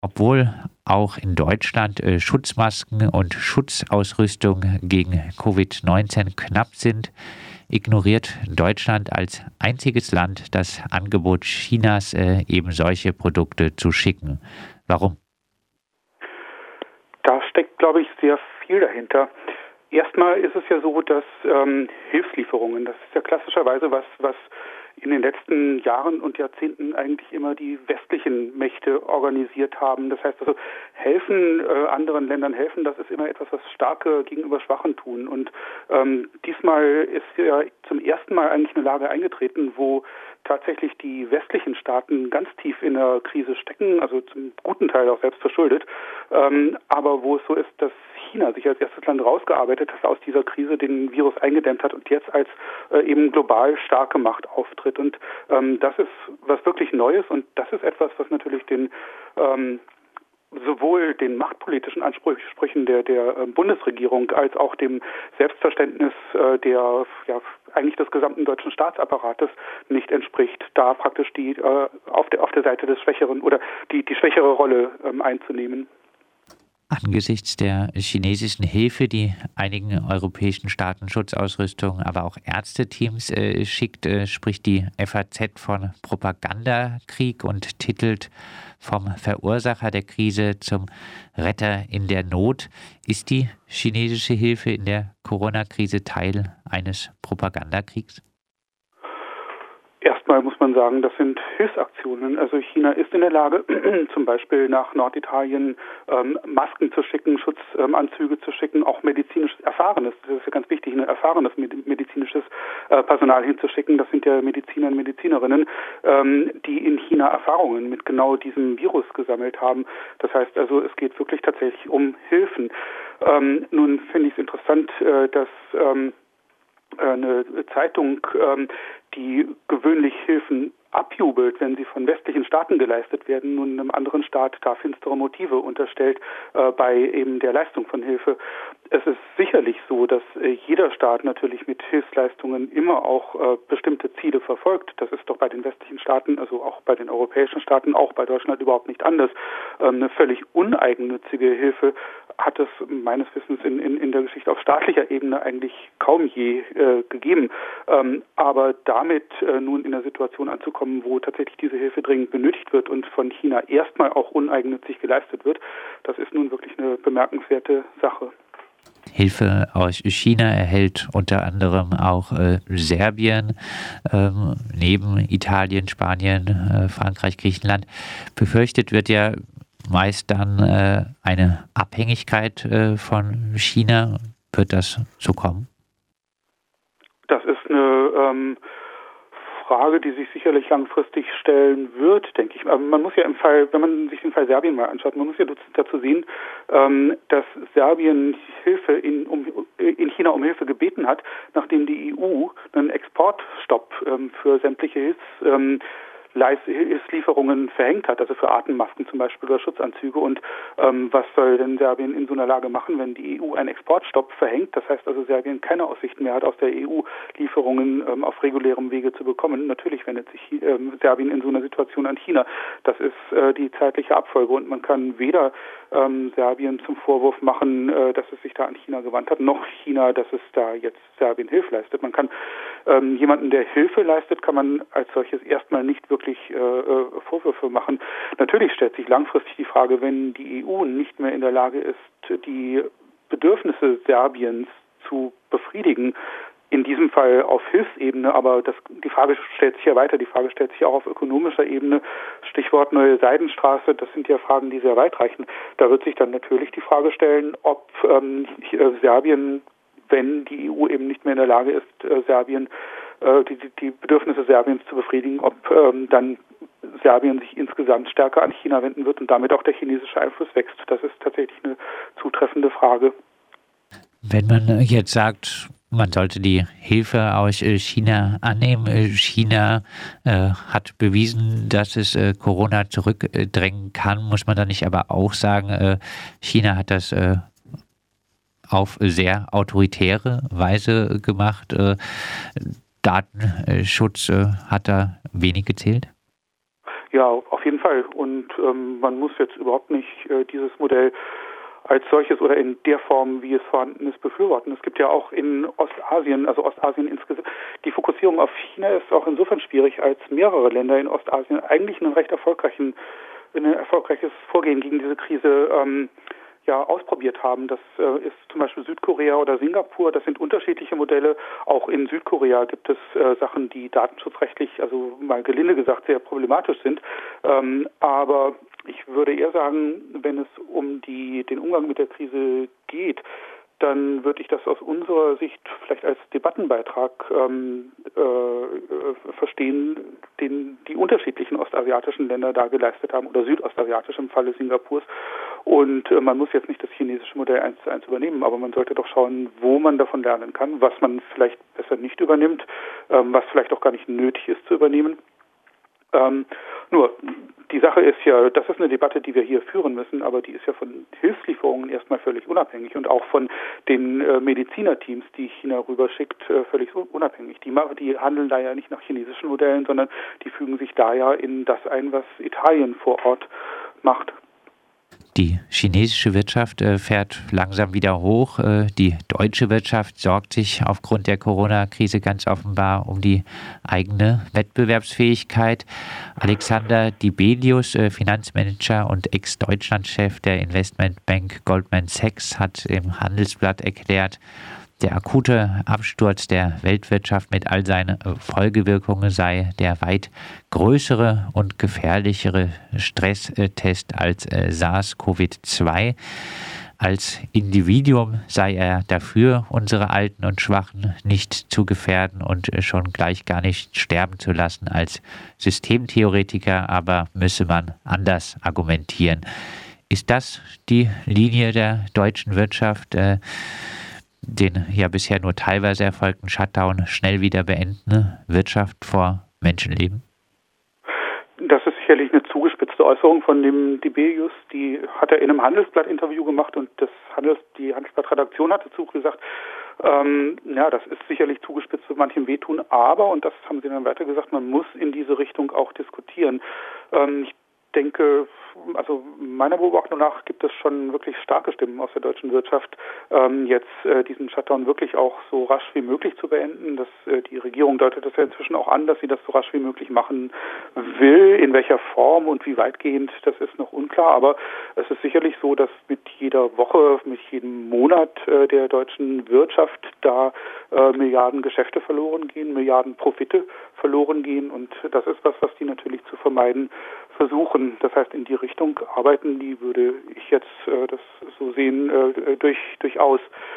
Obwohl auch in Deutschland Schutzmasken und Schutzausrüstung gegen Covid-19 knapp sind, ignoriert Deutschland als einziges Land das Angebot Chinas, eben solche Produkte zu schicken. Warum? Da steckt, glaube ich, sehr viel dahinter. Erstmal ist es ja so, dass Hilfslieferungen, das ist ja klassischerweise was in den letzten Jahren und Jahrzehnten eigentlich immer die westlichen Mächte organisiert haben. Das heißt also, helfen anderen Ländern helfen, das ist immer etwas, was Starke gegenüber Schwachen tun. Und diesmal ist ja zum ersten Mal eigentlich eine Lage eingetreten, wo tatsächlich die westlichen Staaten ganz tief in der Krise stecken, also zum guten Teil auch selbst verschuldet, aber wo es so ist, dass China sich als erstes Land rausgearbeitet hat aus dieser Krise, den Virus eingedämmt hat und jetzt als eben global starke Macht auftritt. Und das ist was wirklich Neues und das ist etwas, was natürlich sowohl den machtpolitischen Ansprüchen der Bundesregierung als auch dem Selbstverständnis eigentlich des gesamten deutschen Staatsapparates nicht entspricht, da praktisch die auf der Seite des Schwächeren oder die schwächere Rolle einzunehmen. Angesichts der chinesischen Hilfe, die einigen europäischen Staaten Schutzausrüstung, aber auch Ärzteteams schickt, spricht die FAZ von Propagandakrieg und titelt vom Verursacher der Krise zum Retter in der Not. Ist die chinesische Hilfe in der Corona-Krise Teil eines Propagandakriegs? Erstmal muss man sagen, das sind Hilfsaktionen. Also China ist in der Lage, zum Beispiel nach Norditalien Masken zu schicken, Schutzanzüge zu schicken, auch medizinisch erfahrenes, das ist ja ganz wichtig, ein erfahrenes medizinisches Personal hinzuschicken. Das sind ja Mediziner und Medizinerinnen, die in China Erfahrungen mit genau diesem Virus gesammelt haben. Das heißt also, es geht wirklich tatsächlich um Hilfen. Nun finde ich es interessant, dass eine Zeitung, die gewöhnlich Hilfen abjubelt, wenn sie von westlichen Staaten geleistet werden, nun einem anderen Staat da finstere Motive unterstellt bei eben der Leistung von Hilfe. Es ist sicherlich so, dass jeder Staat natürlich mit Hilfsleistungen immer auch bestimmte Ziele verfolgt. Das ist doch bei den westlichen Staaten, also auch bei den europäischen Staaten, auch bei Deutschland überhaupt nicht anders. Eine völlig uneigennützige Hilfe hat es meines Wissens in der Geschichte auf staatlicher Ebene eigentlich kaum je gegeben. Aber damit nun in der Situation anzukommen, wo tatsächlich diese Hilfe dringend benötigt wird und von China erstmal auch uneigennützig geleistet wird, das ist nun wirklich eine bemerkenswerte Sache. Hilfe aus China erhält unter anderem auch Serbien, neben Italien, Spanien, Frankreich, Griechenland. Befürchtet wird ja meist dann eine Abhängigkeit von China. Wird das so kommen? Das ist eine Frage, die sich sicherlich langfristig stellen wird, denke ich. Aber man muss ja wenn man sich den Fall Serbien mal anschaut, man muss ja dazu sehen, dass Serbien in China um Hilfe gebeten hat, nachdem die EU einen Exportstopp für sämtliche Hilfslieferungen verhängt hat, also für Atemmasken zum Beispiel oder Schutzanzüge. Und was soll denn Serbien in so einer Lage machen, wenn die EU einen Exportstopp verhängt? Das heißt also, Serbien keine Aussichten mehr hat, aus der EU Lieferungen auf regulärem Wege zu bekommen. Natürlich wendet sich Serbien in so einer Situation an China. Das ist die zeitliche Abfolge und man kann weder Serbien zum Vorwurf machen, dass es sich da an China gewandt hat, noch China, dass es da jetzt Serbien Hilfe leistet. Man kann jemanden, der Hilfe leistet, kann man als solches erstmal nicht wirklich Vorwürfe machen. Natürlich stellt sich langfristig die Frage, wenn die EU nicht mehr in der Lage ist, die Bedürfnisse Serbiens zu befriedigen, in diesem Fall auf Hilfsebene, aber die Frage stellt sich ja weiter, die Frage stellt sich auch auf ökonomischer Ebene, Stichwort Neue Seidenstraße, das sind ja Fragen, die sehr weit reichen. Da wird sich dann natürlich die Frage stellen, ob Serbien, wenn die EU eben nicht mehr in der Lage ist, Serbien die Bedürfnisse Serbiens zu befriedigen, ob dann Serbien sich insgesamt stärker an China wenden wird und damit auch der chinesische Einfluss wächst. Das ist tatsächlich eine zutreffende Frage. Wenn man jetzt sagt, man sollte die Hilfe aus China annehmen. China hat bewiesen, dass es Corona zurückdrängen kann. Muss man da nicht aber auch sagen, China hat das auf sehr autoritäre Weise gemacht. Datenschutz hat da wenig gezählt? Ja, auf jeden Fall. Und man muss jetzt überhaupt nicht dieses Modell als solches oder in der Form, wie es vorhanden ist, befürworten. Es gibt ja auch in Ostasien, also Ostasien insgesamt, die Fokussierung auf China ist auch insofern schwierig, als mehrere Länder in Ostasien eigentlich ein erfolgreiches Vorgehen gegen diese Krise ausprobiert haben. Das ist zum Beispiel Südkorea oder Singapur. Das sind unterschiedliche Modelle. Auch in Südkorea gibt es Sachen, die datenschutzrechtlich, also mal gelinde gesagt, sehr problematisch sind. Aber ich würde eher sagen, wenn es um den Umgang mit der Krise geht, dann würde ich das aus unserer Sicht vielleicht als Debattenbeitrag verstehen, den die unterschiedlichen ostasiatischen Länder da geleistet haben oder südostasiatisch im Falle Singapurs. Und man muss jetzt nicht das chinesische Modell 1:1 übernehmen, aber man sollte doch schauen, wo man davon lernen kann, was man vielleicht besser nicht übernimmt, was vielleicht auch gar nicht nötig ist zu übernehmen. Nur, die Sache ist ja, das ist eine Debatte, die wir hier führen müssen, aber die ist ja von Hilfslieferungen erstmal völlig unabhängig und auch von den Medizinerteams, die China rüberschickt, völlig unabhängig. Die handeln da ja nicht nach chinesischen Modellen, sondern die fügen sich da ja in das ein, was Italien vor Ort macht. Die chinesische Wirtschaft fährt langsam wieder hoch. Die deutsche Wirtschaft sorgt sich aufgrund der Corona-Krise ganz offenbar um die eigene Wettbewerbsfähigkeit. Alexander Dibelius, Finanzmanager und Ex-Deutschlandchef der Investmentbank Goldman Sachs, hat im Handelsblatt erklärt, der akute Absturz der Weltwirtschaft mit all seinen Folgewirkungen sei der weit größere und gefährlichere Stresstest als SARS-CoV-2. Als Individuum sei er dafür, unsere Alten und Schwachen nicht zu gefährden und schon gleich gar nicht sterben zu lassen. Als Systemtheoretiker aber müsse man anders argumentieren. Ist das die Linie der deutschen Wirtschaft? Den ja bisher nur teilweise erfolgten Shutdown schnell wieder beenden, Wirtschaft vor Menschenleben? Das ist sicherlich eine zugespitzte Äußerung von dem Dibelius. Die hat er in einem Handelsblatt-Interview gemacht und die Handelsblatt-Redaktion hat dazu gesagt, das ist sicherlich zugespitzt, wird manchem wehtun, aber, und das haben sie dann weiter gesagt, man muss in diese Richtung auch diskutieren. Ich denke, also meiner Beobachtung nach gibt es schon wirklich starke Stimmen aus der deutschen Wirtschaft, diesen Shutdown wirklich auch so rasch wie möglich zu beenden. Die Regierung deutet das ja inzwischen auch an, dass sie das so rasch wie möglich machen will. In welcher Form und wie weitgehend, das ist noch unklar. Aber es ist sicherlich so, dass mit jeder Woche, mit jedem Monat der deutschen Wirtschaft da Milliarden Geschäfte verloren gehen, Milliarden Profite verloren gehen. Und das ist was die natürlich zu vermeiden versuchen. Das heißt, in die Richtung arbeiten die, würde ich jetzt das so sehen, durchaus.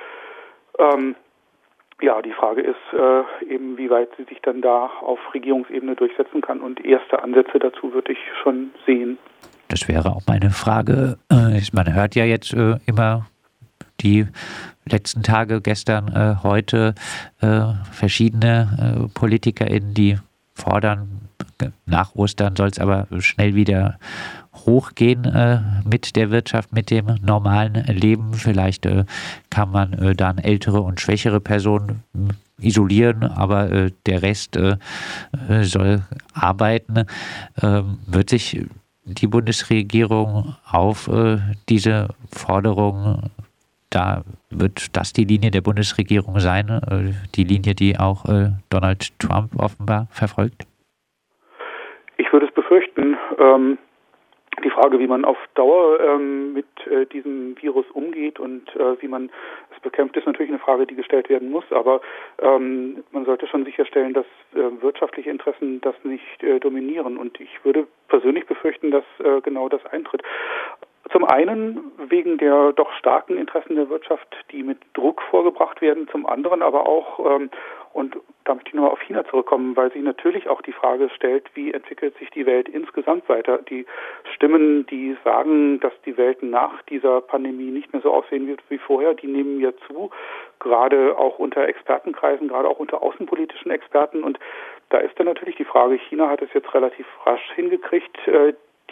Die Frage ist eben, wie weit sie sich dann da auf Regierungsebene durchsetzen kann. Und erste Ansätze dazu würde ich schon sehen. Das wäre auch meine Frage. Man hört ja jetzt immer die letzten Tage, gestern, heute, verschiedene PolitikerInnen, die fordern, nach Ostern soll es aber schnell wieder hochgehen mit der Wirtschaft, mit dem normalen Leben. Vielleicht kann man dann ältere und schwächere Personen isolieren, aber der Rest soll arbeiten. Wird sich die Bundesregierung auf diese Forderung, wird das die Linie der Bundesregierung sein, die Linie, die auch Donald Trump offenbar verfolgt? Ich würde es befürchten. Die Frage, wie man auf Dauer mit diesem Virus umgeht und wie man es bekämpft, ist natürlich eine Frage, die gestellt werden muss. Aber man sollte schon sicherstellen, dass wirtschaftliche Interessen das nicht dominieren. Und ich würde persönlich befürchten, dass genau das eintritt. Zum einen wegen der doch starken Interessen der Wirtschaft, die mit Druck vorgebracht werden, zum anderen aber auch, und da möchte ich nochmal auf China zurückkommen, weil sich natürlich auch die Frage stellt, wie entwickelt sich die Welt insgesamt weiter. Die Stimmen, die sagen, dass die Welt nach dieser Pandemie nicht mehr so aussehen wird wie vorher, die nehmen ja zu, gerade auch unter Expertenkreisen, gerade auch unter außenpolitischen Experten. Und da ist dann natürlich die Frage, China hat es jetzt relativ rasch hingekriegt,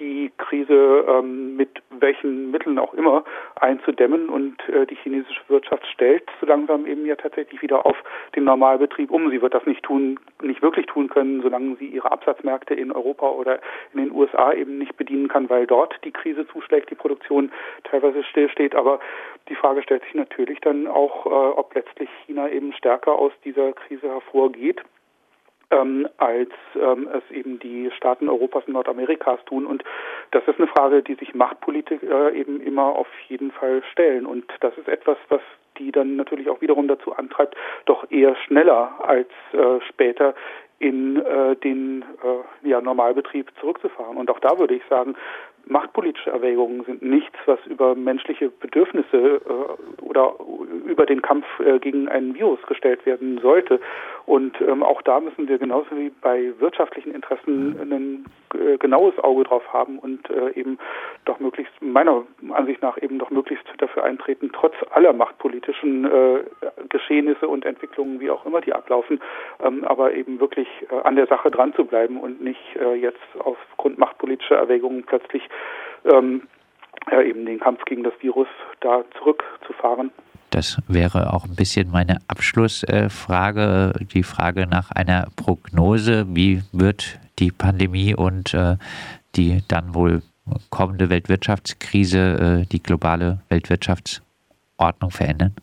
die Krise mit welchen Mitteln auch immer einzudämmen, und die chinesische Wirtschaft stellt so langsam eben ja tatsächlich wieder auf den Normalbetrieb um. Sie wird das nicht wirklich tun können, solange sie ihre Absatzmärkte in Europa oder in den USA eben nicht bedienen kann, weil dort die Krise zuschlägt, die Produktion teilweise stillsteht. Aber die Frage stellt sich natürlich dann auch, ob letztlich China eben stärker aus dieser Krise hervorgeht, als es eben die Staaten Europas und Nordamerikas tun. Und das ist eine Frage, die sich Machtpolitiker eben immer auf jeden Fall stellen. Und das ist etwas, was die dann natürlich auch wiederum dazu antreibt, doch eher schneller als später in den Normalbetrieb zurückzufahren. Und auch da würde ich sagen, machtpolitische Erwägungen sind nichts, was über menschliche Bedürfnisse oder über den Kampf gegen ein Virus gestellt werden sollte. Und auch da müssen wir genauso wie bei wirtschaftlichen Interessen ein genaues Auge drauf haben und eben doch möglichst, meiner Ansicht nach, eben doch möglichst dafür eintreten, trotz aller machtpolitischen Geschehnisse und Entwicklungen, wie auch immer die ablaufen, aber eben wirklich an der Sache dran zu bleiben und nicht jetzt aufgrund machtpolitischer Erwägungen plötzlich eben den Kampf gegen das Virus da zurückzufahren. Das wäre auch ein bisschen meine Abschlussfrage, die Frage nach einer Prognose. Wie wird die Pandemie und die dann wohl kommende Weltwirtschaftskrise die globale Weltwirtschaftsordnung verändern?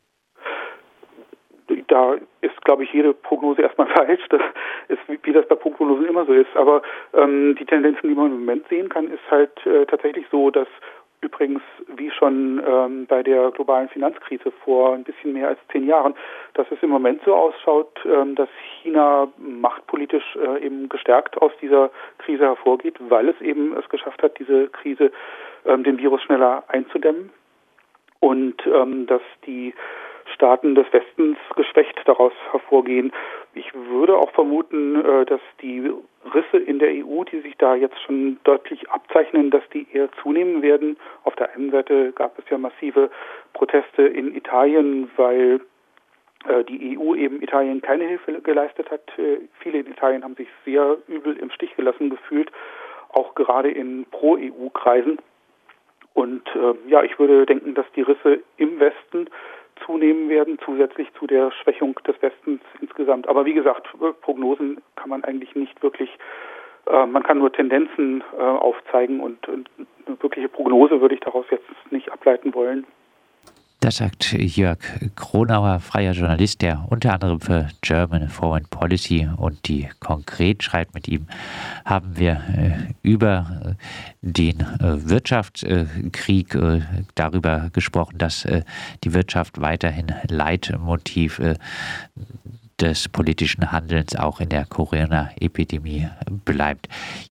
Da ist, glaube ich, jede Prognose erstmal falsch. Das ist, wie das bei Prognosen immer so ist. Aber die Tendenzen, die man im Moment sehen kann, ist halt tatsächlich so, dass übrigens, wie schon bei der globalen Finanzkrise vor ein bisschen mehr als 10 Jahren, dass es im Moment so ausschaut, dass China machtpolitisch eben gestärkt aus dieser Krise hervorgeht, weil es eben es geschafft hat, diese Krise, den Virus schneller einzudämmen, und dass die Staaten des Westens geschwächt daraus hervorgehen. Ich würde auch vermuten, dass die Risse in der EU, die sich da jetzt schon deutlich abzeichnen, dass die eher zunehmen werden. Auf der einen Seite gab es ja massive Proteste in Italien, weil die EU eben Italien keine Hilfe geleistet hat. Viele in Italien haben sich sehr übel im Stich gelassen gefühlt, auch gerade in Pro-EU-Kreisen. Und ich würde denken, dass die Risse im Westen zunehmen werden, zusätzlich zu der Schwächung des Westens insgesamt. Aber wie gesagt, Prognosen kann man eigentlich nicht wirklich, man kann nur Tendenzen aufzeigen, und eine wirkliche Prognose würde ich daraus jetzt nicht ableiten wollen. Das sagt Jörg Kronauer, freier Journalist, der unter anderem für German Foreign Policy und die Konkret schreibt. Mit ihm haben wir über den Wirtschaftskrieg darüber gesprochen, dass die Wirtschaft weiterhin Leitmotiv des politischen Handelns auch in der Corona-Epidemie bleibt.